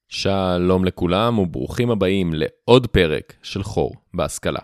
שלום לכולם וברוכים הבאים לעוד פרק של חור בהשכלה.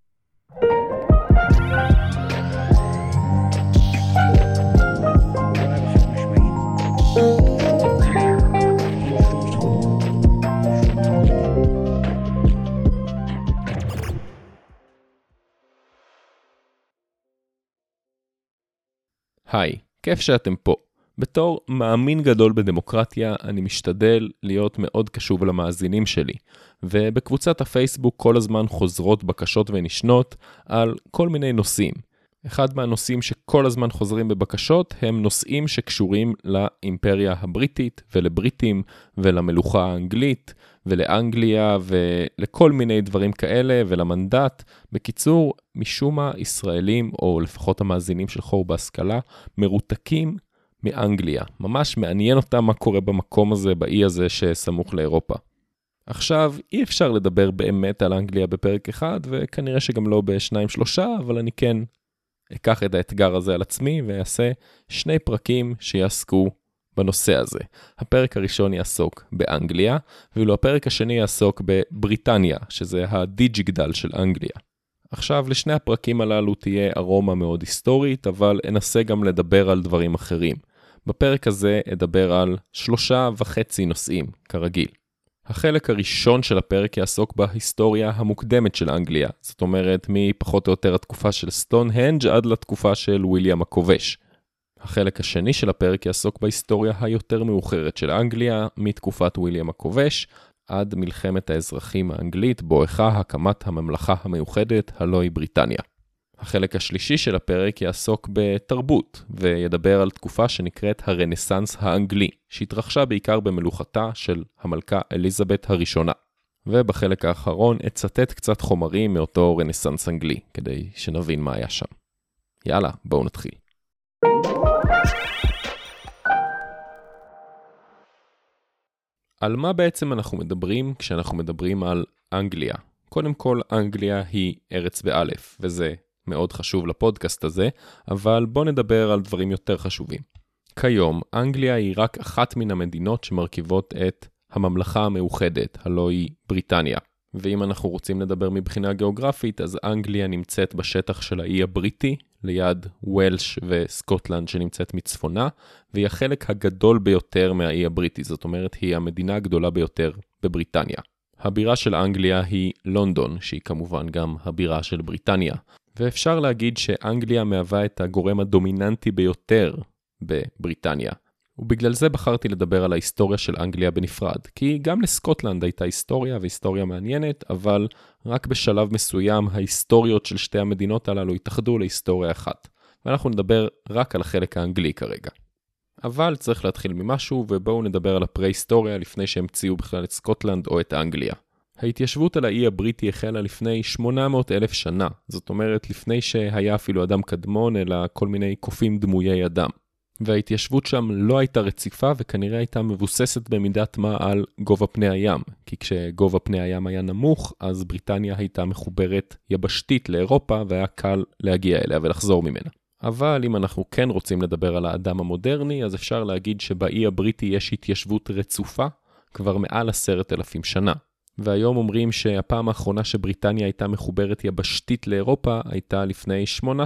היי, כיף שאתם פה. בתור מאמין גדול בדמוקרטיה, אני משתדל להיות מאוד קשוב למאזינים שלי, ובקבוצת הפייסבוק כל הזמן חוזרות בקשות ונשנות על כל מיני נושאים. אחד מהנושאים שכל הזמן חוזרים בבקשות הם נושאים שקשורים לאימפריה הבריטית ולבריטים ולמלוכה האנגלית ולאנגליה ולכל מיני דברים כאלה ולמנדט. בקיצור, משום מה ישראלים או לפחות המאזינים של חור בהשכלה מרותקים מאנגליה. ממש מעניין אותם מה קורה במקום הזה, באי הזה שסמוך לאירופה. עכשיו, אי אפשר לדבר באמת על אנגליה בפרק אחד, וכנראה שגם לא ב2-3, אבל אני כן אקח את האתגר הזה על עצמי, ויעשה 2 פרקים שיעסקו בנושא הזה. הפרק הראשון יעסוק באנגליה, ואילו הפרק השני יעסוק בבריטניה, שזה הדיג'יגדל של אנגליה. עכשיו, לשני הפרקים הללו תהיה ארומה מאוד היסטורית, אבל אנסה גם לדבר על דברים אחרים. בפרק הזה אדבר על 3.5 נושאים, כרגיל. החלק הראשון של הפרק יעסוק בהיסטוריה המוקדמת של אנגליה, זאת אומרת מפחות או יותר התקופה של סטונהנג' עד לתקופה של וויליאם הכובש. החלק השני של הפרק יעסוק בהיסטוריה היותר מאוחרת של אנגליה, מתקופת וויליאם הכובש, עד מלחמת האזרחים האנגלית, בואכה הקמת הממלכה המאוחדת, הלוא היא בריטניה. החלק השלישי של הפרק יעסוק בתרבות, וידבר על תקופה שנקראת הרנסנס האנגלי, שהתרחשה בעיקר במלוכתה של המלכה אליזבת הראשונה. ובחלק האחרון אצטט קצת חומרים מאותו רנסנס אנגלי, כדי שנבין מה היה שם. יאללה, בואו נתחיל. על מה בעצם אנחנו מדברים כשאנחנו מדברים על אנגליה? קודם כל, אנגליה היא ארץ באלף, וזה מאוד חשוב לפודקאסט הזה, אבל בואו נדבר על דברים יותר חשובים. כיום, אנגליה היא רק אחת מן המדינות שמרכיבות את הממלכה המאוחדת, הלוא היא בריטניה. ואם אנחנו רוצים לדבר מבחינה גיאוגרפית, אז אנגליה נמצאת בשטח של האי הבריטי, ליד וולש וסקוטלנד שנמצאת מצפונה, והיא החלק הגדול ביותר מהאי הבריטי, זאת אומרת היא המדינה הגדולה ביותר בבריטניה. הבירה של אנגליה היא לונדון, שהיא כמובן גם הבירה של בריטניה, ואפשר להגיד שאנגליה מהווה את הגורם הדומיננטי ביותר בבריטניה. ובגלל זה בחרתי לדבר על ההיסטוריה של אנגליה בנפרד, כי גם לסקוטלנד הייתה היסטוריה והיסטוריה מעניינת, אבל רק בשלב מסוים ההיסטוריות של שתי המדינות הללו התאחדו להיסטוריה אחת. ואנחנו נדבר רק על החלק האנגלי כרגע. אבל צריך להתחיל ממשהו, ובואו נדבר על הפרה-היסטוריה לפני שהמציאו בכלל את סקוטלנד או את אנגליה. ההתיישבות על האי הבריטי החלה לפני 800,000 שנה, זאת אומרת לפני שהיה אפילו אדם קדמון, אלא כל מיני קופים דמויי אדם. וההתיישבות שם לא הייתה רציפה וכנראה הייתה מבוססת במידת מה על גובה פני הים, כי כשגובה פני הים היה נמוך, אז בריטניה הייתה מחוברת יבשתית לאירופה והיה קל להגיע אליה ולחזור ממנה. אבל אם אנחנו כן רוצים לדבר על האדם המודרני, אז אפשר להגיד שבאי הבריטי יש התיישבות רצופה כבר מעל 10,000 שנה. והיום אומרים שהפעם האחרונה שבריטניה הייתה מחוברת יבשתית לאירופה הייתה לפני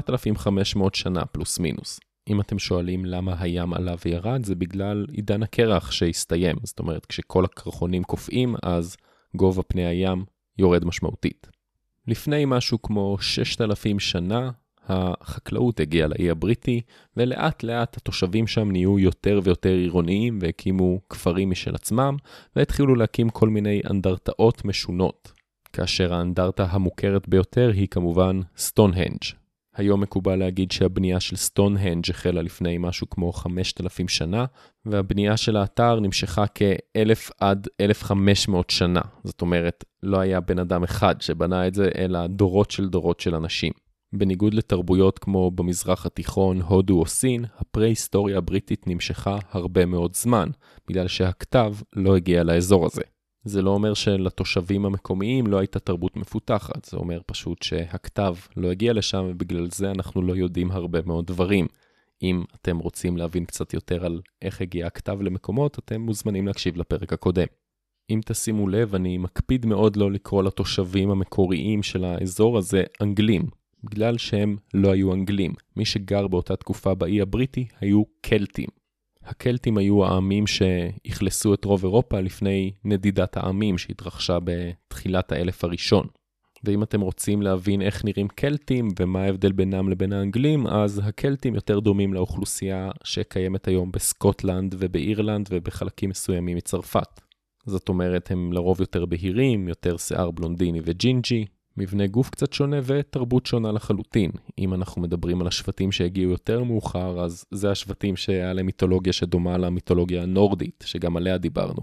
8,500 שנה פלוס מינוס. אם אתם שואלים למה הים עלה וירד, זה בגלל עידן הקרח שהסתיים. זאת אומרת, כשכל הקרחונים קופאים, אז גובה פני הים יורד משמעותית. לפני משהו כמו 6,000 שנה, החקלאות הגיעה לאי הבריטי, ולאט לאט התושבים שם נהיו יותר ויותר עירוניים, והקימו כפרים משל עצמם, והתחילו להקים כל מיני אנדרטאות משונות. כאשר האנדרטה המוכרת ביותר היא כמובן סטונהנג'. היום מקובל להגיד שהבנייה של סטונהנג' החלה לפני משהו כמו 5,000 שנה, והבנייה של האתר נמשכה כ-1,000 עד 1,500 שנה. זאת אומרת, לא היה בן אדם אחד שבנה את זה, אלא דורות של אנשים. בניגוד לתרבויות כמו במזרח התיכון, הודו או סין, הפרה-היסטוריה הבריטית נמשכה הרבה מאוד זמן, בגלל שהכתב לא הגיע לאזור הזה. זה לא אומר שלתושבים המקומיים לא הייתה תרבות מפותחת, זה אומר פשוט שהכתב לא הגיע לשם, ובגלל זה אנחנו לא יודעים הרבה מאוד דברים. אם אתם רוצים להבין קצת יותר על איך הגיע הכתב למקומות, אתם מוזמנים להקשיב לפרק הקודם. אם תשימו לב, אני מקפיד מאוד לא לקרוא לתושבים המקוריים של האזור הזה אנגלים, בגלל שהם לא היו אנגלים. מי שגר באותה תקופה באי הבריטי היו קלטים. הקלטים היו העמים שהכלסו את רוב אירופה לפני נדידת העמים שהתרחשה בתחילת האלף הראשון. ואם אתם רוצים להבין איך נראים קלטים ומה ההבדל בינם לבין האנגלים, אז הקלטים יותר דומים לאוכלוסייה שקיימת היום בסקוטלנד ובאירלנד ובחלקים מסוימים מצרפת. זאת אומרת, הם לרוב יותר בהירים, יותר שיער בלונדיני וג'ינג'י, מבנה גוף קצת שונה ותרבות שונה לחלוטין. אם אנחנו מדברים על השבטים שהגיעו יותר מאוחר, אז זה השבטים שהיה להם מיתולוגיה שדומה למיתולוגיה הנורדית, שגם עליה דיברנו.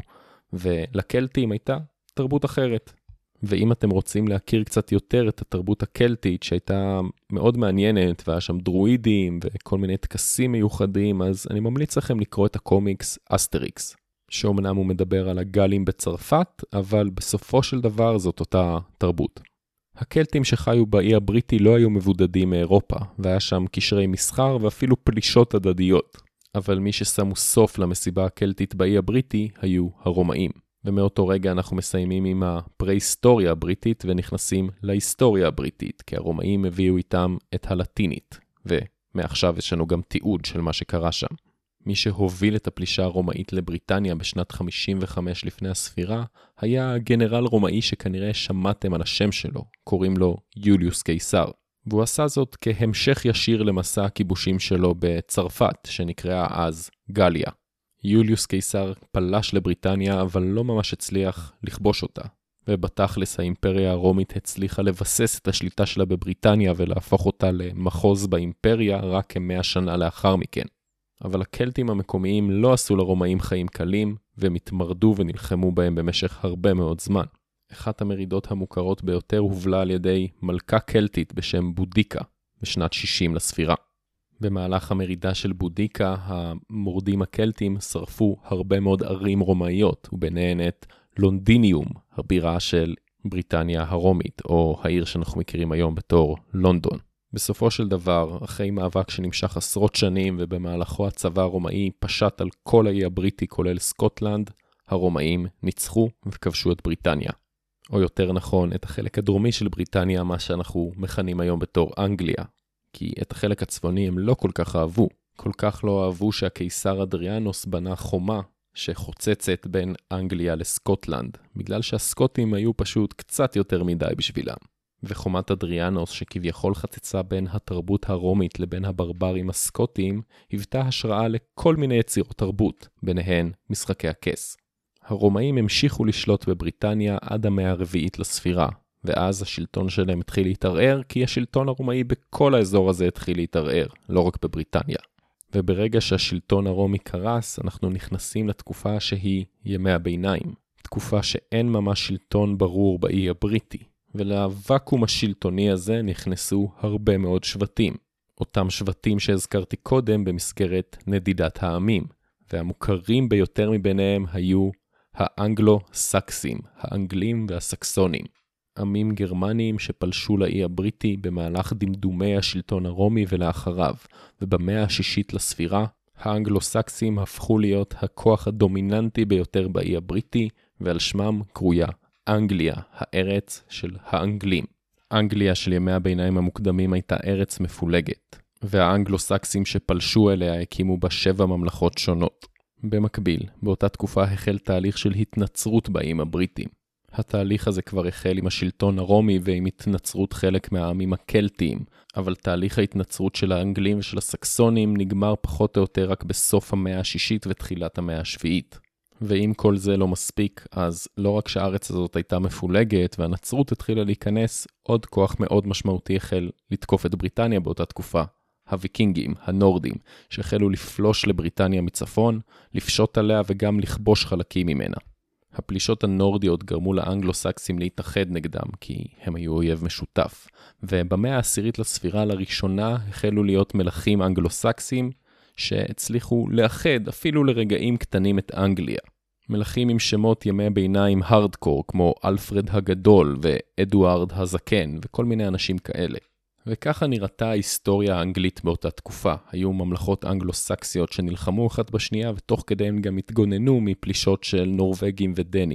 ולקלטים הייתה תרבות אחרת. ואם אתם רוצים להכיר קצת יותר את התרבות הקלטית, שהייתה מאוד מעניינת, והיה שם דרואידים וכל מיני טקסים מיוחדים, אז אני ממליץ לכם לקרוא את הקומיקס אסטריקס, שאומנם הוא מדבר על הגלים בצרפת, אבל בסופו של דבר זאת אותה תרבות. הקלטים שחיו באי הבריטי לא היו מבודדים מאירופה, והיה שם קשרי מסחר ואפילו פלישות הדדיות. אבל מי ששמו סוף למסיבה הקלטית באי הבריטי היו הרומאים. ומאותו רגע אנחנו מסיימים עם הפרה-היסטוריה הבריטית ונכנסים להיסטוריה הבריטית, כי הרומאים הביאו איתם את הלטינית, ומעכשיו יש לנו גם תיעוד של מה שקרה שם. מי שהוביל את הפלישה הרומאית לבריטניה בשנת 55 לפני הספירה, היה גנרל רומאי שכנראה שמעתם על השם שלו, קוראים לו יוליוס קיסר. והוא עשה זאת כהמשך ישיר למסע הכיבושים שלו בצרפת, שנקראה אז גליה. יוליוס קיסר פלש לבריטניה, אבל לא ממש הצליח לכבוש אותה. ובתכלס האימפריה הרומית הצליחה לבסס את השליטה שלה בבריטניה ולהפוך אותה למחוז באימפריה רק כ100 שנה לאחר מכן. אבל הקלטים המקומיים לא עשו לרומאים חיים קלים, והם התמרדו ונלחמו בהם במשך הרבה מאוד זמן. אחת המרידות המוכרות ביותר הובלה על ידי מלכה קלטית בשם בודיקה, בשנת 60 לספירה. במהלך המרידה של בודיקה, המורדים הקלטים שרפו הרבה מאוד ערים רומאיות, וביניהן את לונדיניום, הבירה של בריטניה הרומית, או העיר שאנחנו מכירים היום בתור לונדון. בסופו של דבר, אחרי מאבק שנמשך עשרות שנים, ובמהלכו הצבא הרומאי פשט על כל האי הבריטי כולל סקוטלנד, הרומאים ניצחו וכבשו את בריטניה. או יותר נכון, את החלק הדרומי של בריטניה, מה שאנחנו מכנים היום בתור אנגליה. כי את החלק הצפוני הם לא כל כך אהבו. כל כך לא אהבו שהקיסר אדריאנוס בנה חומה שחוצצת בין אנגליה לסקוטלנד, בגלל שהסקוטים היו פשוט קצת יותר מדי בשבילם. וחומת אדריאנוס שכביכול חצצה בין התרבות הרומית לבין הברברים הסקוטים, היוותה השראה לכל מיני יצירות תרבות, ביניהן משחקי הכס. הרומאים המשיכו לשלוט בבריטניה עד המאה הרביעית לספירה, ואז השלטון שלהם התחיל להתערער, כי השלטון הרומאי בכל האזור הזה התחיל להתערער, לא רק בבריטניה. וברגע שהשלטון הרומי קרס, אנחנו נכנסים לתקופה שהיא ימי הביניים. תקופה שאין ממש שלטון ברור באי הבריטי, ולוואקום השלטוני הזה נכנסו הרבה מאוד שבטים. אותם שבטים שהזכרתי קודם במסגרת נדידת העמים, והמוכרים ביותר מביניהם היו האנגלו-סקסים, האנגלים והסקסונים. עמים גרמניים שפלשו לאי הבריטי במהלך דמדומי השלטון הרומי ולאחריו, ובמאה השישית לספירה, האנגלו-סקסים הפכו להיות הכוח הדומיננטי ביותר באי הבריטי, ועל שמם קרויה אנגליה, הארץ של האנגלים. אנגליה של ימי הביניים המוקדמים הייתה ארץ מפולגת, והאנגלו-סקסים שפלשו אליה הקימו בה 7 ממלכות שונות. במקביל, באותה תקופה החל תהליך של התנצרות באיים הבריטים. התהליך הזה כבר החל עם השלטון הרומי ועם התנצרות חלק מהעמים הקלטיים, אבל תהליך ההתנצרות של האנגלים ושל הסקסונים נגמר פחות או יותר רק בסוף המאה השישית ותחילת המאה השביעית. ואם כל זה לא מספיק, אז לא רק שהארץ הזאת הייתה מפולגת והנצרות התחילה להיכנס, עוד כוח מאוד משמעותי החל לתקוף את בריטניה באותה תקופה. הוויקינגים, הנורדים, שהחלו לפלוש לבריטניה מצפון, לפשוט עליה וגם לכבוש חלקים ממנה. הפלישות הנורדיות גרמו לאנגלו-סקסים להתאחד נגדם, כי הם היו אויב משותף. ובמאה העשירית לספירה לראשונה החלו להיות מלכים אנגלו-סקסים, שהצליחו לאחד אפילו לרגעים קטנים את אנגליה. מלכים עם שמות ימי ביניים הרדקור, כמו אלפרד הגדול ואדוארד הזקן וכל מיני אנשים כאלה. וככה נראתה ההיסטוריה האנגלית באותה תקופה. היו ממלכות אנגלו-סקסיות שנלחמו אחת בשנייה, ותוך כדי הם גם התגוננו מפלישות של נורווגים ודנים.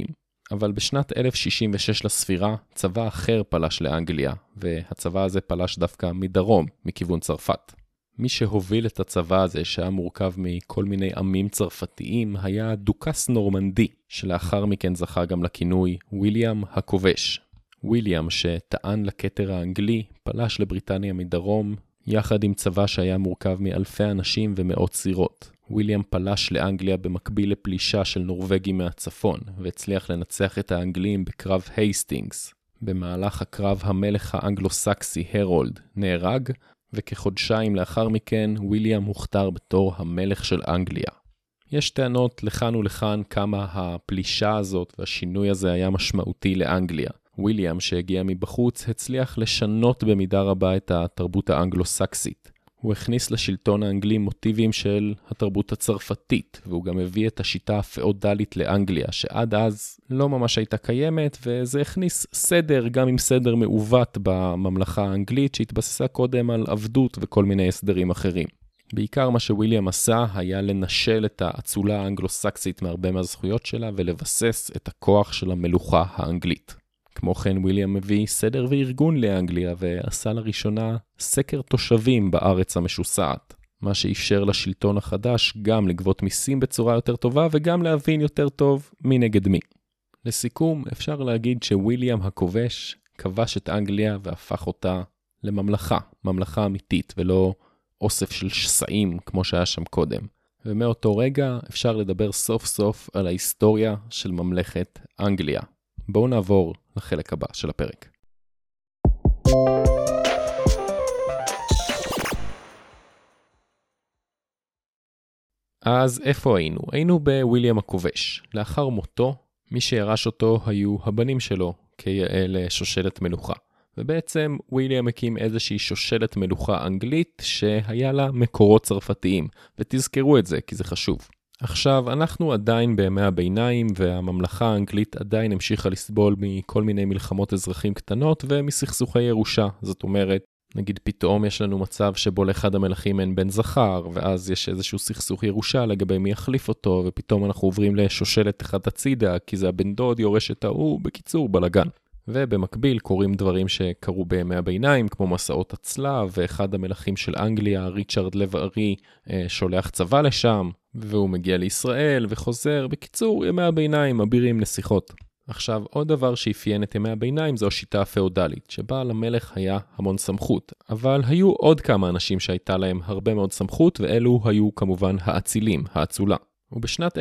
אבל בשנת 1066 לספירה, צבא אחר פלש לאנגליה, והצבא הזה פלש דווקא מדרום, מכיוון צרפת. מי שהוביל את הצבא הזה, שהיה מורכב מכל מיני עמים צרפתיים, היה דוכס נורמנדי, שלאחר מכן זכה גם לכינוי ויליאם הכובש. ויליאם, שטען לכתר האנגלי, פלש לבריטניה מדרום, יחד עם צבא שהיה מורכב מאלפי אנשים ומאות סירות. ויליאם פלש לאנגליה במקביל לפלישה של נורווגים מהצפון, והצליח לנצח את האנגלים בקרב הייסטינגס. במהלך הקרב המלך האנגלו-סקסי הרולד נהרג, וכחודשיים לאחר מכן ויליאם הוכתר בתור המלך של אנגליה. יש טענות לכאן ולכאן כמה הפלישה הזאת והשינוי הזה היה משמעותי לאנגליה. ויליאם שהגיע מבחוץ הצליח לשנות במידה רבה את התרבות האנגלו-סקסית. הוא הכניס לשלטון האנגלי מוטיבים של התרבות הצרפתית, והוא גם הביא את השיטה הפאודלית לאנגליה, שעד אז לא ממש הייתה קיימת, וזה הכניס סדר, גם עם סדר מעוות בממלכה האנגלית, שהתבססה קודם על עבדות וכל מיני הסדרים אחרים. בעיקר מה שוויליאם עשה היה לנשל את האצולה האנגלו-סקסית מהרבה מהזכויות שלה, ולבסס את הכוח של המלוכה האנגלית. כמו כן ויליאם מביא סדר וארגון לאנגליה ועשה לראשונה סקר תושבים בארץ המשוסעת, מה שאפשר לשלטון החדש גם לגבות מיסים בצורה יותר טובה וגם להבין יותר טוב מי נגד מי. לסיכום, אפשר להגיד שוויליאם הכובש כבש את אנגליה והפך אותה לממלכה, ממלכה אמיתית ולא אוסף של שסעים כמו שהיה שם קודם. ומאותו רגע אפשר לדבר סוף סוף על ההיסטוריה של ממלכת אנגליה. בואו נעבור לחלק הבא של הפרק. אז איפה היינו? היינו בוויליאם הכובש. לאחר מותו, מי שירש אותו היו הבנים שלו, כיאה לשושלת מלוכה. ובעצם וויליאם הקים איזושהי שושלת מלוכה אנגלית שהיה לה מקורות צרפתיים. ותזכרו את זה, כי זה חשוב. עכשיו, אנחנו עדיין בימי הביניים, והממלכה האנגלית עדיין המשיכה לסבול מכל מיני מלחמות אזרחים קטנות ומסכסוכי ירושה. זאת אומרת, נגיד פתאום יש לנו מצב שבו לאחד המלכים אין בן זכר, ואז יש איזשהו סכסוך ירושה לגבי מי יחליף אותו, ופתאום אנחנו עוברים לשושלת אחת הצידה, כי זה הבן דוד יורש את ההוא, בקיצור, בלגן. ובמקביל קורים דברים שקרו בימי הביניים, כמו מסעות הצלב, ואחד המלכים של אנגליה, ריצ'רד לב ארי, שולח צבא לשם, והוא מגיע לישראל וחוזר. בקיצור, ימי הביניים מבירים נסיכות. עכשיו, עוד דבר שאפיין את ימי הביניים זו השיטה הפאודלית, שבה למלך היה המון סמכות, אבל היו עוד כמה אנשים שהייתה להם הרבה מאוד סמכות, ואלו היו כמובן האצילים, האצולה. ובשנת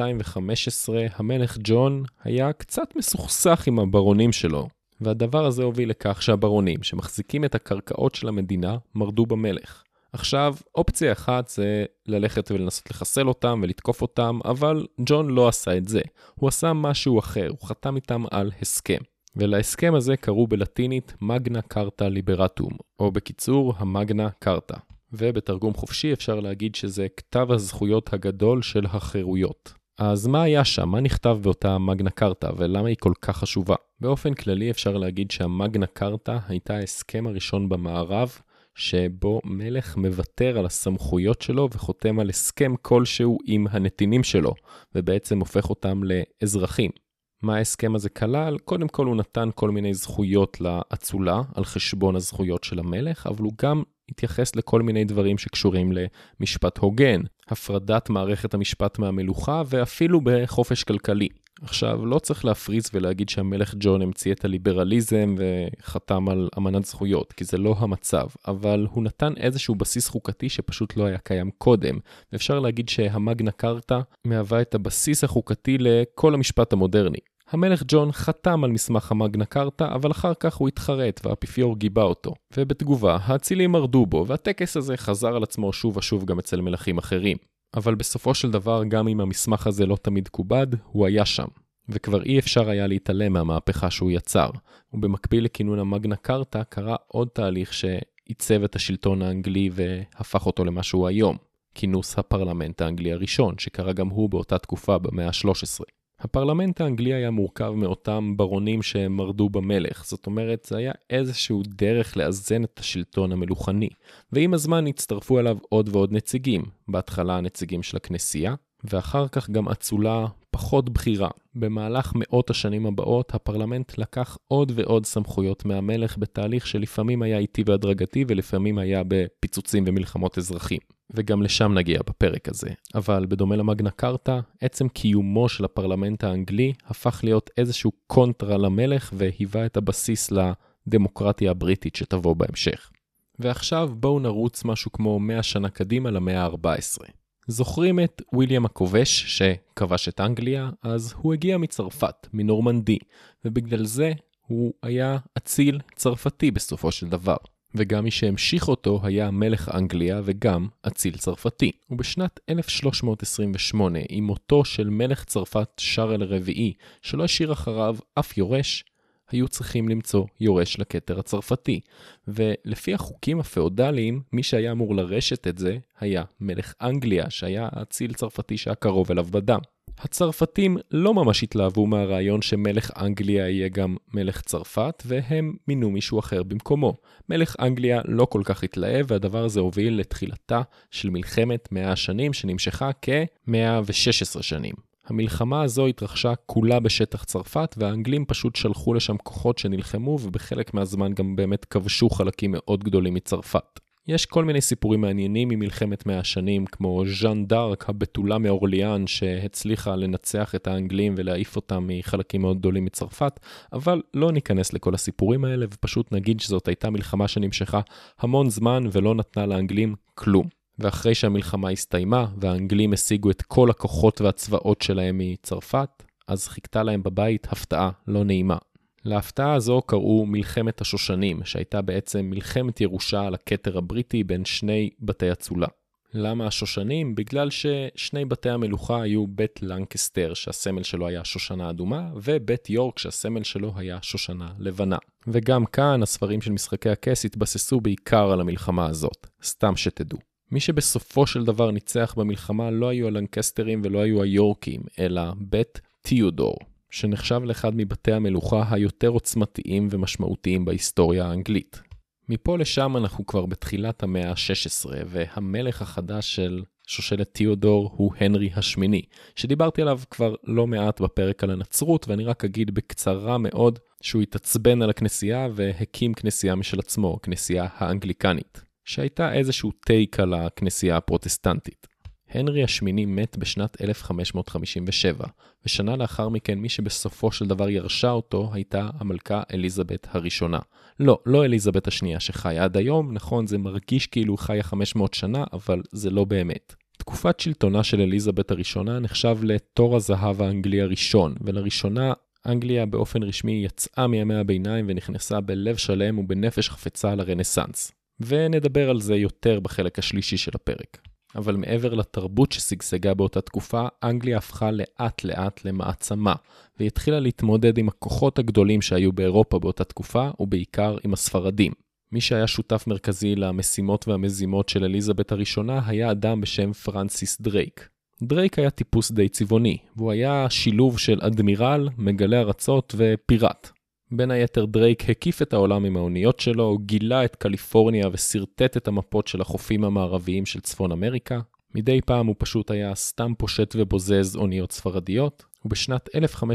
1215 המלך ג'ון היה קצת מסוכסך עם הברונים שלו, והדבר הזה הוביל לכך שהברונים שמחזיקים את הקרקעות של המדינה מרדו במלך. עכשיו, אופציה אחת זה ללכת ולנסות לחסל אותם ולתקוף אותם, אבל ג'ון לא עשה את זה. הוא עשה משהו אחר, הוא חתם איתם על הסכם. ולהסכם הזה קראו בלטינית מגנה קרטה ליברטום, או בקיצור המגנה קרטה. ובתרגום חופשי אפשר להגיד שזה כתב הזכויות הגדול של החירויות. אז מה היה שם? מה נכתב באותה מגנה קרטה ולמה היא כל כך חשובה? באופן כללי אפשר להגיד שהמגנה קרטה הייתה ההסכם הראשון במערב, שבו מלך מוותר על הסמכויות שלו וחותם על הסכם כלשהו עם הנתינים שלו, ובעצם הופך אותם לאזרחים. מה ההסכם הזה כלל? קודם כל הוא נתן כל מיני זכויות לאצולה על חשבון הזכויות של המלך, אבל הוא גם התייחס לכל מיני דברים שקשורים למשפט הוגן, הפרדת מערכת המשפט מהמלוכה ואפילו בחופש כלכלי. עכשיו, לא צריך להפריז ולהגיד שהמלך ג'ון המציא את הליברליזם וחתם על אמנת זכויות, כי זה לא המצב, אבל הוא נתן איזשהו בסיס חוקתי שפשוט לא היה קיים קודם, ואפשר להגיד שהמגנה קרטה מהווה את הבסיס החוקתי לכל המשפט המודרני. המלך ג'ון חתם על מסמך המגנה קרטה, אבל אחר כך הוא התחרט והאפיפיור גיבה אותו. ובתגובה, האצילים מרדו בו, והטקס הזה חזר על עצמו שוב ושוב גם אצל מלכים אחרים. אבל בסופו של דבר, גם אם המסמך הזה לא תמיד קובד, הוא היה שם. וכבר אי אפשר היה להתעלם מהמהפכה שהוא יצר. ובמקביל לכינון המגנה קרטה, קרה עוד תהליך שעיצב את השלטון האנגלי והפך אותו למה שהוא היום. כינוס הפרלמנט האנגלי הראשון, שקרה גם הוא באותה תקופה במאה ה-13. הפרלמנט האנגלי היה מורכב מאותם ברונים שמרדו במלך, זאת אומרת, זה היה איזשהו דרך לאזן את השלטון המלוכני, ועם הזמן הצטרפו אליו עוד ועוד נציגים, בהתחלה הנציגים של הכנסייה, ואחר כך גם אצולה פחות בחירה. במהלך מאות השנים הבאות, הפרלמנט לקח עוד ועוד סמכויות מהמלך בתהליך שלפעמים היה איטי והדרגתי ולפעמים היה בפיצוצים ומלחמות אזרחים. וגם לשם נגיע בפרק הזה. אבל בדומה למגנה קרטה, עצם קיומו של הפרלמנט האנגלי הפך להיות איזשהו קונטרה למלך והיווה את הבסיס לדמוקרטיה הבריטית שתבוא בהמשך. ועכשיו בואו נרוץ משהו כמו 100 שנה קדימה למאה ה-14. זוכרים את וויליאם הכובש שכבש את אנגליה? אז הוא הגיע מצרפת, מנורמנדי, ובגלל זה הוא היה אציל צרפתי בסופו של דבר. וגם מי שהמשיך אותו היה מלך אנגליה וגם אציל צרפתי. ובשנת 1328, עם מותו של מלך צרפת שרל הרביעי, שלא השאיר אחריו אף יורש, היו צריכים למצוא יורש לכתר הצרפתי. ולפי החוקים הפאודליים, מי שהיה אמור לרשת את זה היה מלך אנגליה, שהיה אציל צרפתי שהיה קרוב אליו בדם. הצרפתים לא ממש התלהבו מהרעיון שמלך אנגליה יהיה גם מלך צרפת, והם מינו מישהו אחר במקומו. מלך אנגליה לא כל כך התלהב, והדבר הזה הוביל לתחילתה של מלחמת 100 השנים, שנמשכה כ-116 שנים. המלחמה הזו התרחשה כולה בשטח צרפת, והאנגלים פשוט שלחו לשם כוחות שנלחמו, ובחלק מהזמן גם באמת כבשו חלקים מאוד גדולים מצרפת. יש כל מיני סיפורים מעניינים ממלחמת 100 השנים, כמו ז'אן דארק, הבתולה מאורליאן, שהצליחה לנצח את האנגלים ולהעיף אותם מחלקים מאוד גדולים מצרפת, אבל לא ניכנס לכל הסיפורים האלה, ופשוט נגיד שזאת הייתה מלחמה שנמשכה המון זמן ולא נתנה לאנגלים כלום. ואחרי שהמלחמה הסתיימה, והאנגלים השיגו את כל הכוחות והצבאות שלהם מצרפת, אז חיכתה להם בבית הפתעה לא נעימה. להפתעה הזו קראו מלחמת השושנים, שהייתה בעצם מלחמת ירושה על הכתר הבריטי בין שני בתי אצולה. למה השושנים? בגלל ששני בתי המלוכה היו בית לנקסטר, שהסמל שלו היה שושנה אדומה, ובית יורק, שהסמל שלו היה שושנה לבנה. וגם כאן הספרים של משחקי הכס התבססו בעיקר על המלחמה הזאת, סתם שתדעו. מי שבסופו של דבר ניצח במלחמה לא היו הלנקסטרים ולא היו היורקים, אלא בית תיאודור, שנחשב לאחד מבתי המלוכה היותר עוצמתיים ומשמעותיים בהיסטוריה האנגלית. מפה לשם אנחנו כבר בתחילת המאה ה-16, והמלך החדש של שושלת תיאודור הוא הנרי השמיני, שדיברתי עליו כבר לא מעט בפרק על הנצרות, ואני רק אגיד בקצרה מאוד שהוא התעצבן על הכנסייה והקים כנסייה משל עצמו, כנסייה האנגליקנית, שהייתה איזשהו טייק על הכנסייה הפרוטסטנטית. הנרי השמיני מת בשנת 1557, ושנה לאחר מכן מי שבסופו של דבר ירשה אותו הייתה המלכה אליזבת הראשונה. לא אליזבת השנייה שחיה עד היום, נכון, זה מרגיש כאילו חיה 500 שנה, אבל זה לא באמת. תקופת שלטונה של אליזבת הראשונה נחשב לתור הזהב האנגלי הראשון, ולראשונה אנגליה באופן רשמי יצאה מימי הביניים ונכנסה בלב שלם ובנפש חפצה לרנסנס. ונדבר על זה יותר בחלק השלישי של הפרק. אבל מעבר לתרבות ששגשגה באותה תקופה, אנגליה הפכה לאט לאט למעצמה, והיא התחילה להתמודד עם הכוחות הגדולים שהיו באירופה באותה תקופה, ובעיקר עם הספרדים. מי שהיה שותף מרכזי למשימות והמזימות של אליזבת הראשונה היה אדם בשם פרנסיס דרייק. דרייק היה טיפוס די צבעוני, והוא היה שילוב של אדמירל, מגלה ארצות ופיראט. בין היתר דרייק הקיף את העולם עם האוניות שלו, גילה את קליפורניה וסרטט את המפות של החופים המערביים של צפון אמריקה. מדי פעם הוא פשוט היה סתם פושט ובוזז אוניות ספרדיות, ובשנת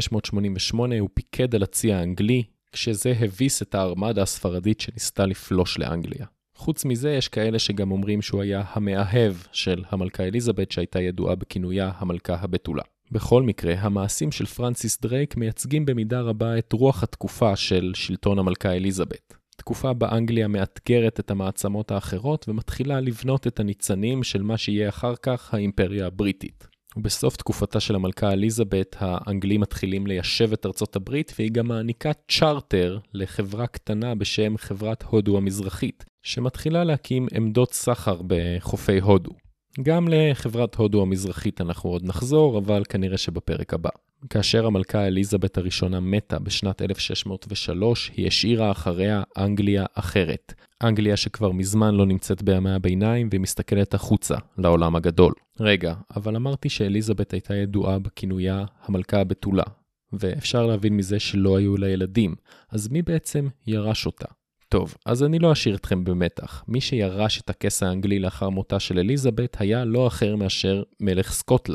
1588 הוא פיקד על הצי האנגלי, כשזה הביס את הארמדה הספרדית שניסתה לפלוש לאנגליה. חוץ מזה יש כאלה שגם אומרים שהוא היה המאהב של המלכה אליזבת שהייתה ידועה בכינויה המלכה הבתולה. בכל מקרה, המעשים של פרנסיס דרייק מייצגים במידה רבה את רוח התקופה של שלטון המלכה אליזבת. תקופה באנגליה מאתגרת את המעצמות האחרות ומתחילה לבנות את הניצנים של מה שיהיה אחר כך האימפריה הבריטית. ובסוף תקופתה של המלכה אליזבת, האנגלים מתחילים ליישב את ארצות הברית, והיא גם מעניקה צ'ארטר לחברה קטנה בשם חברת הודו המזרחית, שמתחילה להקים עמדות סחר בחופי הודו. גם לחברת הודו המזרחית אנחנו עוד נחזור, אבל כנראה שבפרק הבא. כאשר המלכה אליזבת הראשונה מתה בשנת 1603, היא השאירה אחריה אנגליה אחרת. אנגליה שכבר מזמן לא נמצאת בימי הביניים ומסתכלת החוצה לעולם הגדול. רגע, אבל אמרתי שאליזבת הייתה ידועה בכינויה המלכה הבתולה, ואפשר להבין מזה שלא היו לה ילדים, אז מי בעצם ירש אותה? טוב, אז אני לא אשאיר אתכם במתח. מי שירש את הכס האנגלי לאחר מותה של אליזבת היה לא אחר מאשר מלך סקוטלנד.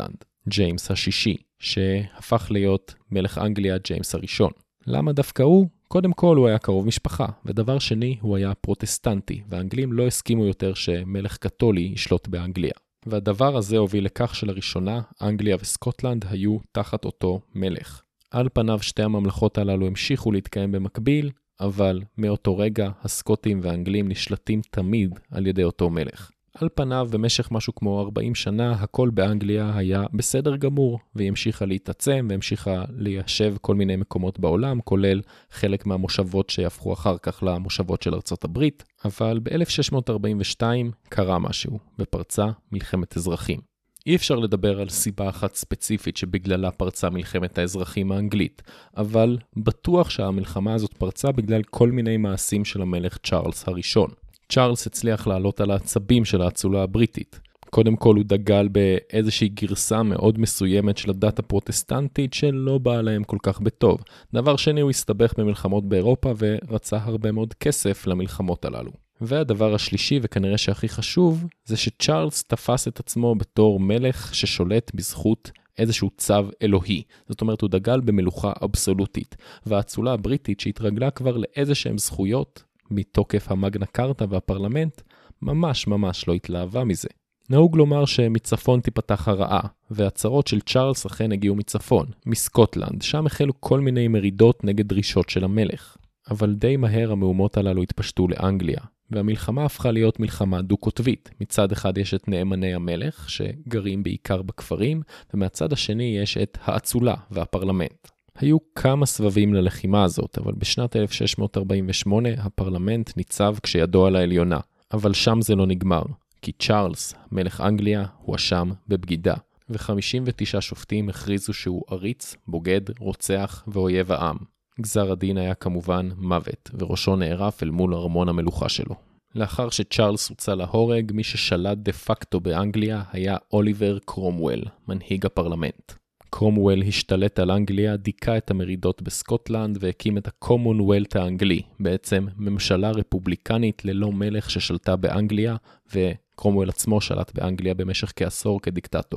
ג'יימס השישי, שהפך להיות מלך אנגליה ג'יימס הראשון. למה דווקא הוא? קודם כל הוא היה קרוב משפחה, ודבר שני הוא היה פרוטסטנטי, והאנגלים לא הסכימו יותר שמלך קתולי ישלוט באנגליה. והדבר הזה הוביל לכך שלראשונה אנגליה וסקוטלנד היו תחת אותו מלך. על פניו שתי הממלכות הללו המשיכו להתקיים במקביל, אבל מאותו רגע הסקוטים והאנגלים נשלטים תמיד על ידי אותו מלך. על פניו במשך משהו כמו 40 שנה הכל באנגליה היה בסדר גמור, והיא המשיכה להתעצם והמשיכה ליישב כל מיני מקומות בעולם, כולל חלק מהמושבות שיהפכו אחר כך למושבות של ארצות הברית, אבל ב-1642 קרה משהו, ופרצה מלחמת אזרחים. אי אפשר לדבר על סיבה אחת ספציפית שבגללה פרצה מלחמת האזרחים האנגלית, אבל בטוח שהמלחמה הזאת פרצה בגלל כל מיני מעשים של המלך צ'ארלס הראשון. צ'ארלס הצליח לעלות על העצבים של האצולה הבריטית. קודם כל הוא דגל באיזושהי גרסה מאוד מסוימת של הדת הפרוטסטנטית שלא באה להם כל כך בטוב. דבר שני, הוא הסתבך במלחמות באירופה ורצה הרבה מאוד כסף למלחמות הללו. והדבר השלישי וכנראה שהכי חשוב, זה שצ'ארלס תפס את עצמו בתור מלך ששולט בזכות איזשהו צו אלוהי. זאת אומרת, הוא דגל במלוכה אבסולוטית. והאצולה הבריטית שהתרגלה כבר לאיזשהם זכויות מתוקף המגנה קרטה והפרלמנט, ממש לא התלהבה מזה. נהוג לומר שמצפון תיפתח הרעה, והצהרות של צ'ארלס אכן הגיעו מצפון, מסקוטלנד, שם החלו כל מיני מרידות נגד דרישות של המלך. אבל די מהר המהומות הללו התפשטו לאנגליה, והמלחמה הפכה להיות מלחמה דו-קוטבית. מצד אחד יש את נאמני המלך, שגרים בעיקר בכפרים, ומהצד השני יש את האצולה והפרלמנט. היו כמה סבבים ללחימה הזאת, אבל בשנת 1648 הפרלמנט ניצב כשידו על העליונה. אבל שם זה לא נגמר, כי צ'ארלס, מלך אנגליה, הואשם בבגידה, ו59 שופטים הכריזו שהוא עריץ, בוגד, רוצח ואויב העם. גזר הדין היה כמובן מוות, וראשו נערף אל מול ארמון המלוכה שלו. לאחר שצ'ארלס הוצא להורג, מי ששלט דה פקטו באנגליה היה אוליבר קרומוול, מנהיג הפרלמנט. קרומוול השתלט על אנגליה, דיכא את המרידות בסקוטלנד והקים את הקומונוולט האנגלי, בעצם ממשלה רפובליקנית ללא מלך ששלטה באנגליה, וקרומוול עצמו שלט באנגליה במשך כעשור כדיקטטור.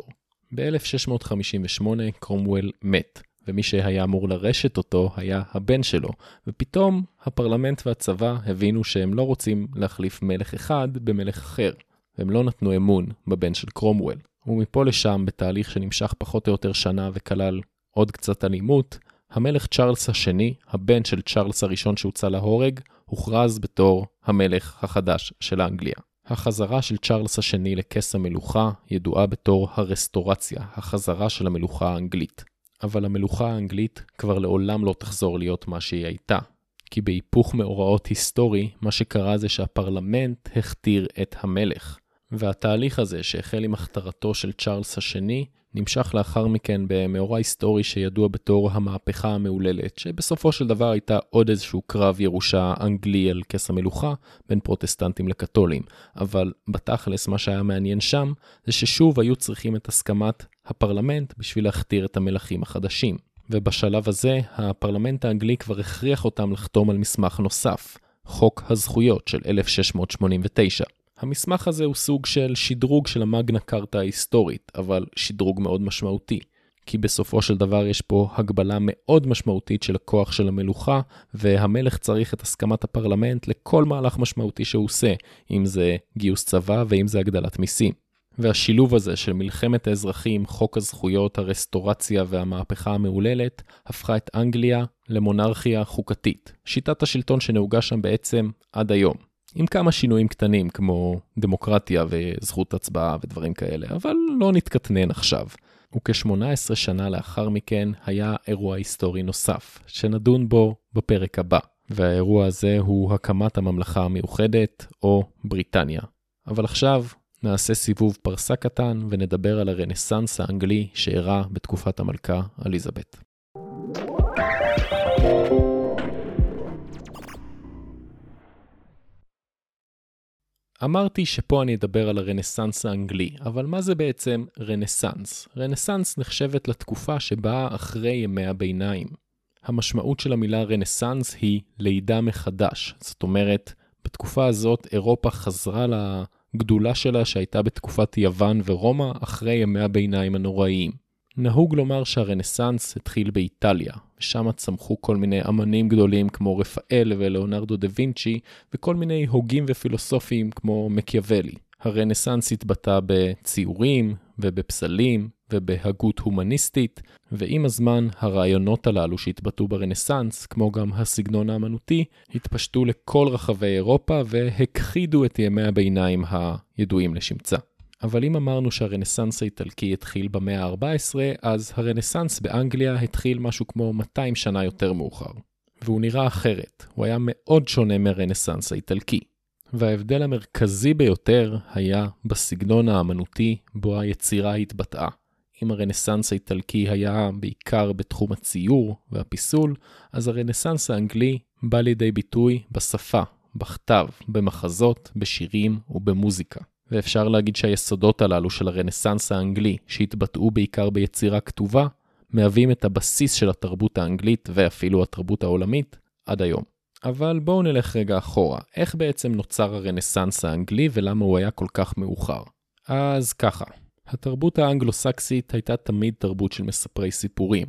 ב-1658 קרומוול מת, ומי שהיה אמור לרשת אותו היה הבן שלו, ופתאום הפרלמנט והצבא הבינו שהם לא רוצים להחליף מלך אחד במלך אחר, והם לא נתנו אמון בבן של קרומוול. ומפה לשם, בתהליך שנמשך פחות או יותר שנה וכלל עוד קצת אלימות, המלך צ'ארלס השני, הבן של צ'ארלס הראשון שהוצא להורג, הוכרז בתור המלך החדש של אנגליה. החזרה של צ'ארלס השני לכס המלוכה ידועה בתור הרסטורציה, החזרה של המלוכה האנגלית. אבל המלוכה האנגלית כבר לעולם לא תחזור להיות מה שהיא הייתה. כי בהיפוך מאורעות היסטורי, מה שקרה זה שהפרלמנט הכתיר את המלך. והתהליך הזה שהחל עם הכתרתו של צ'ארלס השני, נמשך לאחר מכן במאורע היסטורי שידוע בתור המהפכה המהוללת, שבסופו של דבר הייתה עוד איזשהו קרב ירושה אנגלי על כס המלוכה, בין פרוטסטנטים לקתולים. אבל בתכלס מה שהיה מעניין שם, זה ששוב היו צריכים את הסכמת הפרלמנט בשביל להכתיר את המלכים החדשים. ובשלב הזה, הפרלמנט האנגלי כבר הכריח אותם לחתום על מסמך נוסף, חוק הזכויות של 1689. המסמך הזה הוא סוג של שדרוג של המגנה קרטה ההיסטורית, אבל שדרוג מאוד משמעותי. כי בסופו של דבר יש פה הגבלה מאוד משמעותית של הכוח של המלוכה, והמלך צריך את הסכמת הפרלמנט לכל מהלך משמעותי שהוא עושה, אם זה גיוס צבא ואם זה הגדלת מיסים. והשילוב הזה של מלחמת האזרחים, חוק הזכויות, הרסטורציה והמהפכה המהוללת, הפכה את אנגליה למונרכיה חוקתית. שיטת השלטון שנהוגה שם בעצם עד היום. עם כמה שינויים קטנים כמו דמוקרטיה וזכות הצבעה ודברים כאלה, אבל לא נתקטנן עכשיו. וכ-18 שנה לאחר מכן היה אירוע היסטורי נוסף, שנדון בו בפרק הבא. והאירוע הזה הוא הקמת הממלכה המאוחדת או בריטניה. אבל עכשיו נעשה סיבוב פרסה קטן ונדבר על הרנסנס האנגלי שאירע בתקופת המלכה אליזבת. אמרתי שפה אני אדבר על הרנסנס האנגלי, אבל מה זה בעצם רנסנס? רנסנס נחשבת לתקופה שבאה אחרי ימי הביניים. המשמעות של המילה רנסנס היא לידה מחדש. זאת אומרת, בתקופה הזאת אירופה חזרה לגדולה שלה שהייתה בתקופת יוון ורומא אחרי ימי הביניים הנוראיים. נהוג לומר שהרנסנס התחיל באיטליה, ושם צמחו כל מיני אמנים גדולים כמו רפאל ולאונרדו דה וינצ'י, וכל מיני הוגים ופילוסופים כמו מקיאוולי. הרנסנס התבטא בציורים ובפסלים ובהגות הומניסטית, ועם הזמן הרעיונות הללו שהתבטאו ברנסנס, כמו גם הסגנון האמנותי, התפשטו לכל רחבי אירופה והכחידו את ימי הביניים הידועים לשמצה. אבל אם אמרנו שהרנסנס האיטלקי התחיל במאה ה-14, אז הרנסנס באנגליה התחיל משהו כמו 200 שנה יותר מאוחר. והוא נראה אחרת, הוא היה מאוד שונה מהרנסנס האיטלקי. וההבדל המרכזי ביותר היה בסגנון האמנותי בו היצירה התבטאה. אם הרנסנס האיטלקי היה בעיקר בתחום הציור והפיסול, אז הרנסנס האנגלי בא לידי ביטוי בשפה, בכתב, במחזות, בשירים ובמוזיקה. ואפשר להגיד שהיסודות הללו של הרנסנס האנגלי, שהתבטאו בעיקר ביצירה כתובה, מהווים את הבסיס של התרבות האנגלית ואפילו התרבות העולמית עד היום. אבל בואו נלך רגע אחורה. איך בעצם נוצר הרנסנס האנגלי ולמה הוא היה כל כך מאוחר? אז ככה, התרבות האנגלו-סקסית הייתה תמיד תרבות של מספרי סיפורים,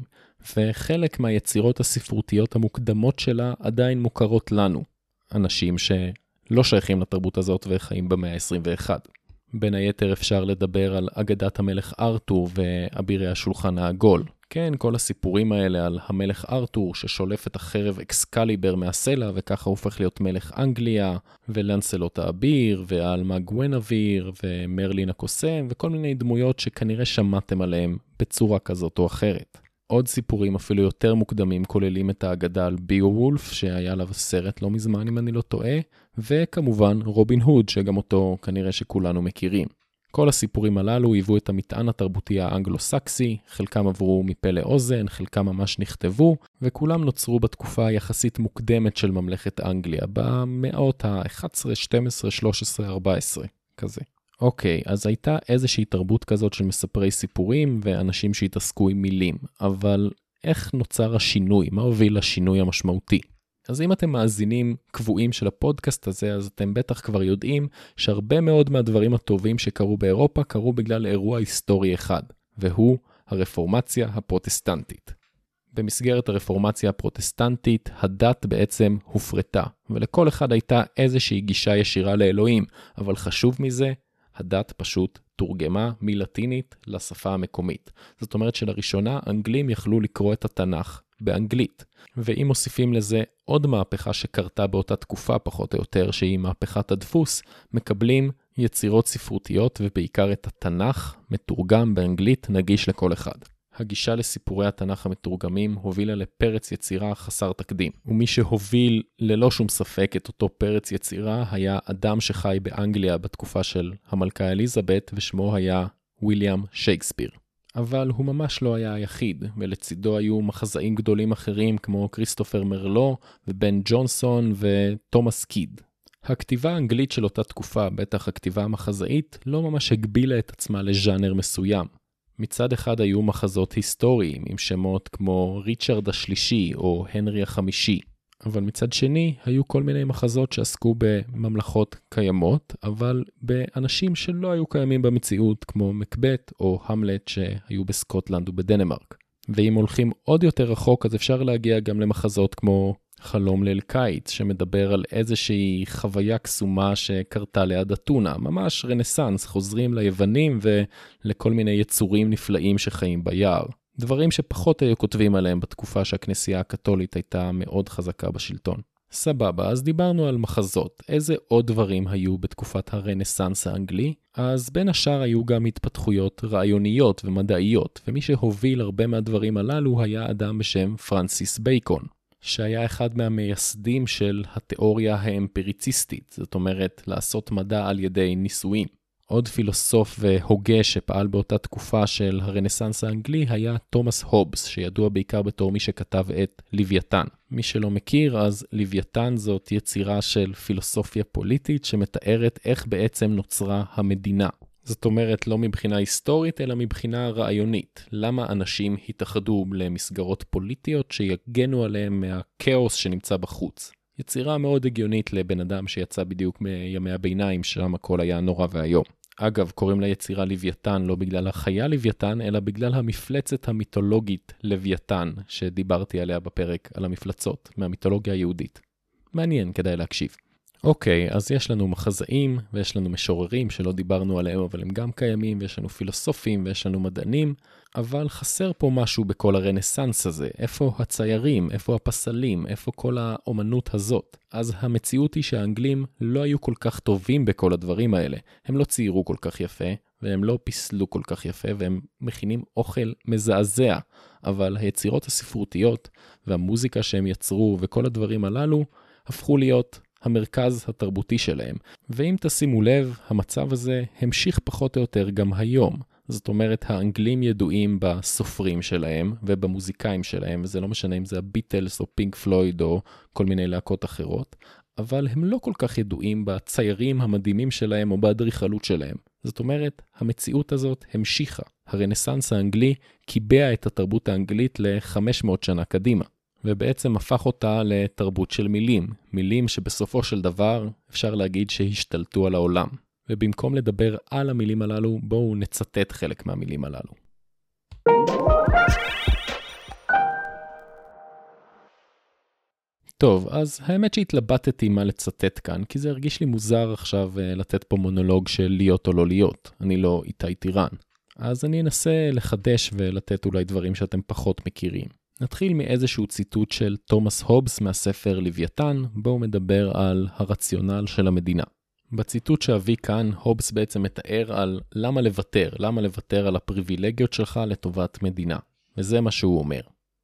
וחלק מהיצירות הספרותיות המוקדמות שלה עדיין מוכרות לנו, אנשים שלא שייכים לתרבות הזאת וחיים במאה ה-21. בין היתר אפשר לדבר על אגדת המלך ארתור ואבירי השולחן העגול. כן, כל הסיפורים האלה על המלך ארתור ששולף את החרב אקסקליבר מהסלע וככה הופך להיות מלך אנגליה, ולנסלוט האביר, ואלמה גוונביר, ומרלין הקוסם, וכל מיני דמויות שכנראה שמעתם עליהם בצורה כזאת או אחרת. עוד סיפורים אפילו יותר מוקדמים כוללים את האגדה על ביאוולף, שהיה עליו סרט לא מזמן אם אני לא טועה, וכמובן רובין הוד, שגם אותו כנראה שכולנו מכירים. כל הסיפורים הללו היוו את המטען התרבותי האנגלו-סקסי, חלקם עברו מפה לאוזן, חלקם ממש נכתבו, וכולם נוצרו בתקופה יחסית מוקדמת של ממלכת אנגליה, במאות ה-11, 12, 13, 14, כזה. אוקיי, אז הייתה איזושהי תרבות כזאת של מספרי סיפורים ואנשים שהתעסקו עם מילים, אבל איך נוצר השינוי? מה הוביל לשינוי המשמעותי? אז אם אתם מאזינים קבועים של הפודקאסט הזה, אז אתם בטח כבר יודעים שהרבה מאוד מהדברים הטובים שקרו באירופה קרו בגלל אירוע היסטורי אחד, והוא הרפורמציה הפרוטסטנטית. במסגרת הרפורמציה הפרוטסטנטית, הדת בעצם הופרטה, ולכל אחד הייתה איזושהי גישה ישירה לאלוהים, אבל חשוב מזה, הדת פשוט תורגמה מלטינית לשפה המקומית. זאת אומרת שלראשונה אנגלים יכלו לקרוא את התנ"ך באנגלית. ואם מוסיפים לזה עוד מהפכה שקרתה באותה תקופה פחות או יותר, שהיא מהפכת הדפוס, מקבלים יצירות ספרותיות ובעיקר את התנ"ך מתורגם באנגלית נגיש לכל אחד. הגישה לסיפורי התנ"ך המתורגמים הובילה לפרץ יצירה חסר תקדים. ומי שהוביל ללא שום ספק את אותו פרץ יצירה היה אדם שחי באנגליה בתקופה של המלכה אליזבת, ושמו היה ויליאם שייקספיר. אבל הוא ממש לא היה היחיד, ולצידו היו מחזאים גדולים אחרים כמו כריסטופר מרלו ובן ג'ונסון ותומאס קיד. הכתיבה האנגלית של אותה תקופה, בטח הכתיבה המחזאית, לא ממש הגבילה את עצמה לז'אנר מסוים. מצד אחד היו מחזות היסטוריים עם שמות כמו ריצ'רד השלישי או הנרי החמישי, אבל מצד שני היו כל מיני מחזות שעסקו בממלכות קיימות, אבל באנשים שלא היו קיימים במציאות כמו מקבט או המלט שהיו בסקוטלנד ובדנמרק. ואם הולכים עוד יותר רחוק אז אפשר להגיע גם למחזות כמו חלום ליל קיץ, שמדבר על איזושהי חוויה קסומה שקרתה ליד אתונה, ממש רנסנס, חוזרים ליוונים ולכל מיני יצורים נפלאים שחיים ביער. דברים שפחות היו כותבים עליהם בתקופה שהכנסייה הקתולית הייתה מאוד חזקה בשלטון. סבבה, אז דיברנו על מחזות. איזה עוד דברים היו בתקופת הרנסנס האנגלי? אז בין השאר היו גם התפתחויות רעיוניות ומדעיות, ומי שהוביל הרבה מהדברים הללו היה אדם בשם פרנסיס בייקון, שהיה אחד מהמייסדים של התיאוריה האמפיריציסטית, זאת אומרת לעשות מדע על ידי ניסויים. עוד פילוסוף והוגה שפעל באותה תקופה של הרנסנס האנגלי היה תומאס הובס, שידוע בעיקר בתור מי שכתב את לוויתן. מי שלא מכיר, אז לוויתן זאת יצירה של פילוסופיה פוליטית שמתארת איך בעצם נוצרה המדינה. זאת אומרת לא מבחינה היסטורית אלא מבחינה רעיונית. למה אנשים התאחדו למסגרות פוליטיות שיגנו עליהם מהכאוס שנמצא בחוץ. יצירה מאוד הגיונית לבן אדם שיצא בדיוק מימי הביניים, שם הכל היה נורא והיום. אגב, קוראים ליצירה לוויתן לא בגלל החיה לוויתן, אלא בגלל המפלצת המיתולוגית לוויתן, שדיברתי עליה בפרק על המפלצות, מהמיתולוגיה היהודית. מעניין, כדאי להקשיב. אוקיי, אז יש לנו מחזאים, ויש לנו משוררים שלא דיברנו עליהם, אבל הם גם קיימים, ויש לנו פילוסופים, ויש לנו מדענים, אבל חסר פה משהו בכל הרנסנס הזה. איפה הציירים? איפה הפסלים? איפה כל האומנות הזאת? אז המציאות היא שהאנגלים לא היו כל כך טובים בכל הדברים האלה. הם לא ציירו כל כך יפה, והם לא פיסלו כל כך יפה, והם מכינים אוכל מזעזע. אבל היצירות הספרותיות, והמוזיקה שהם יצרו, וכל הדברים הללו, הפכו להיות המרכז התרבותי שלהם. ואם תשימו לב, המצב הזה המשיך פחות או יותר גם היום. זאת אומרת, האנגלים ידועים בסופרים שלהם ובמוזיקאים שלהם, וזה לא משנה אם זה הביטלס או פינק פלויד או כל מיני להקות אחרות, אבל הם לא כל כך ידועים בציירים המדהימים שלהם או באדריכלות שלהם. זאת אומרת, המציאות הזאת המשיכה. הרנסנס האנגלי קיבע את התרבות האנגלית ל-500 שנה קדימה. ובעצם הפך אותה לתרבות של מילים. מילים שבסופו של דבר אפשר להגיד שהשתלטו על העולם. ובמקום לדבר על המילים הללו, בואו נצטט חלק מהמילים הללו. טוב, אז האמת שהתלבטתי מה לצטט כאן, כי זה הרגיש לי מוזר עכשיו לתת פה מונולוג של להיות או לא להיות. אני לא איתי טירן. אז אני אנסה לחדש ולתת אולי דברים שאתם פחות מכירים. נתחיל מאיזשהו ציטוט של תומאס הובס מהספר לוויתן, בו הוא מדבר על הרציונל של המדינה. בציטוט שאביא כאן, הובס בעצם מתאר על למה לוותר על הפריבילגיות שלך לטובת מדינה. וזה מה שהוא אומר.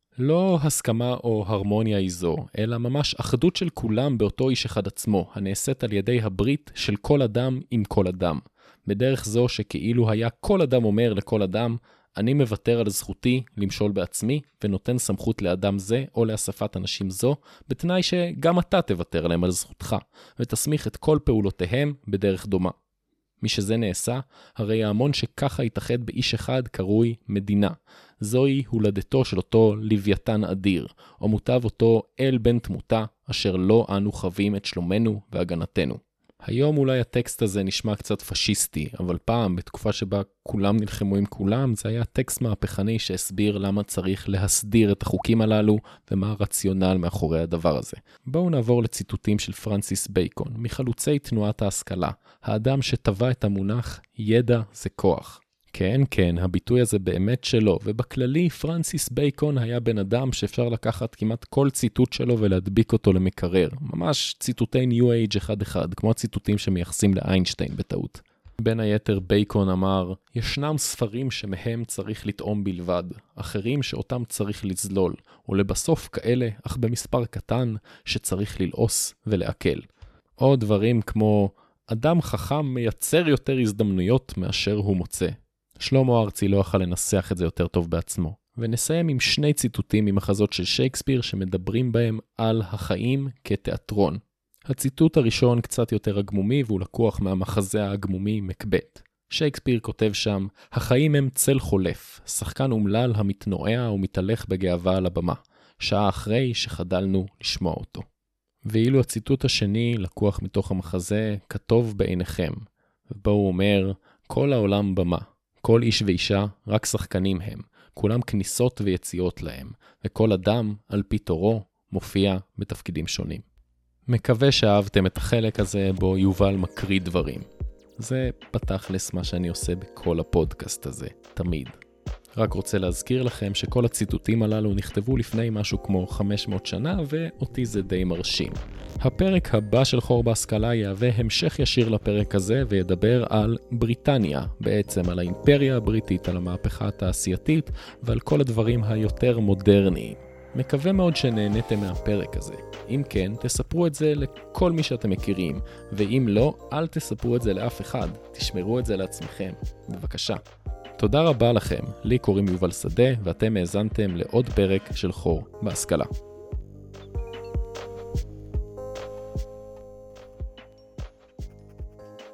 לא הסכמה או הרמוניה איזו, אלא ממש אחדות של כולם באותו איש אחד עצמו, הנעשית על ידי הברית של כל אדם עם כל אדם. בדרך זו שכאילו היה כל אדם אומר לכל אדם, אני מוותר על זכותי למשול בעצמי, ונותן סמכות לאדם זה או לאספת אנשים זו, בתנאי שגם אתה תוותר להם על זכותך, ותסמיך את כל פעולותיהם בדרך דומה. משזה נעשה, הרי ההמון שככה יתאחד באיש אחד קרוי מדינה. זוהי הולדתו של אותו לוויתן אדיר, או מוטב אותו אל בן תמותה, אשר לא אנו חווים את שלומנו והגנתנו. היום אולי הטקסט הזה נשמע קצת פשיסטי, אבל פעם, בתקופה שבה כולם נלחמו עם כולם, זה היה טקסט מהפכני שהסביר למה צריך להסדיר את החוקים הללו, ומה הרציונל מאחורי הדבר הזה. בואו נעבור לציטוטים של פרנסיס בייקון, מחלוצי תנועת ההשכלה, האדם שטבע את המונח ידע זה כוח. כן, הביטוי הזה באמת שלו, ובכללי פרנסיס בייקון היה בן אדם שאפשר לקחת כמעט כל ציטוט שלו ולהדביק אותו למקרר. ממש ציטוטי ניו אייג' אחד, כמו הציטוטים שמייחסים לאיינשטיין בטעות. בין היתר בייקון אמר, ישנם ספרים שמהם צריך לטעום בלבד, אחרים שאותם צריך לזלול, ולבסוף כאלה, אך במספר קטן, שצריך ללעוס ולעכל. או דברים כמו, אדם חכם מייצר יותר הזדמנויות מאשר הוא מוצא. שלמה ארצי לא יכל לנסח את זה יותר טוב בעצמו. ונסיים עם שני ציטוטים ממחזות של שייקספיר שמדברים בהם על החיים כתיאטרון. הציטוט הראשון קצת יותר הגמומי והוא לקוח מהמחזה הגמומי מקבט. שייקספיר כותב שם, החיים הם צל חולף, שחקן אומלל המתנועע ומתהלך בגאווה על הבמה, שעה אחרי שחדלנו לשמוע אותו. ואילו הציטוט השני לקוח מתוך המחזה כתוב בעיניכם, ובו הוא אומר, כל העולם במה. כל איש ואישה רק שחקנים הם, כולם כניסות ויציאות להם, וכל אדם, על פי תורו, מופיע בתפקידים שונים. מקווה שאהבתם את החלק הזה בו יובל מקריא דברים. זה בתכלס מה שאני עושה בכל הפודקאסט הזה, תמיד. רק רוצה להזכיר לכם שכל הציטוטים הללו נכתבו לפני משהו כמו 500 שנה, ואותי זה די מרשים. הפרק הבא של חור בהשכלה יהווה המשך ישיר לפרק הזה, וידבר על בריטניה, בעצם על האימפריה הבריטית, על המהפכה התעשייתית, ועל כל הדברים היותר מודרניים. מקווה מאוד שנהניתם מהפרק הזה. אם כן, תספרו את זה לכל מי שאתם מכירים, ואם לא, אל תספרו את זה לאף אחד, תשמרו את זה לעצמכם. בבקשה. תודה רבה לכם, לי קוראים יובל שדה, ואתם האזנתם לעוד פרק של חור בהשכלה.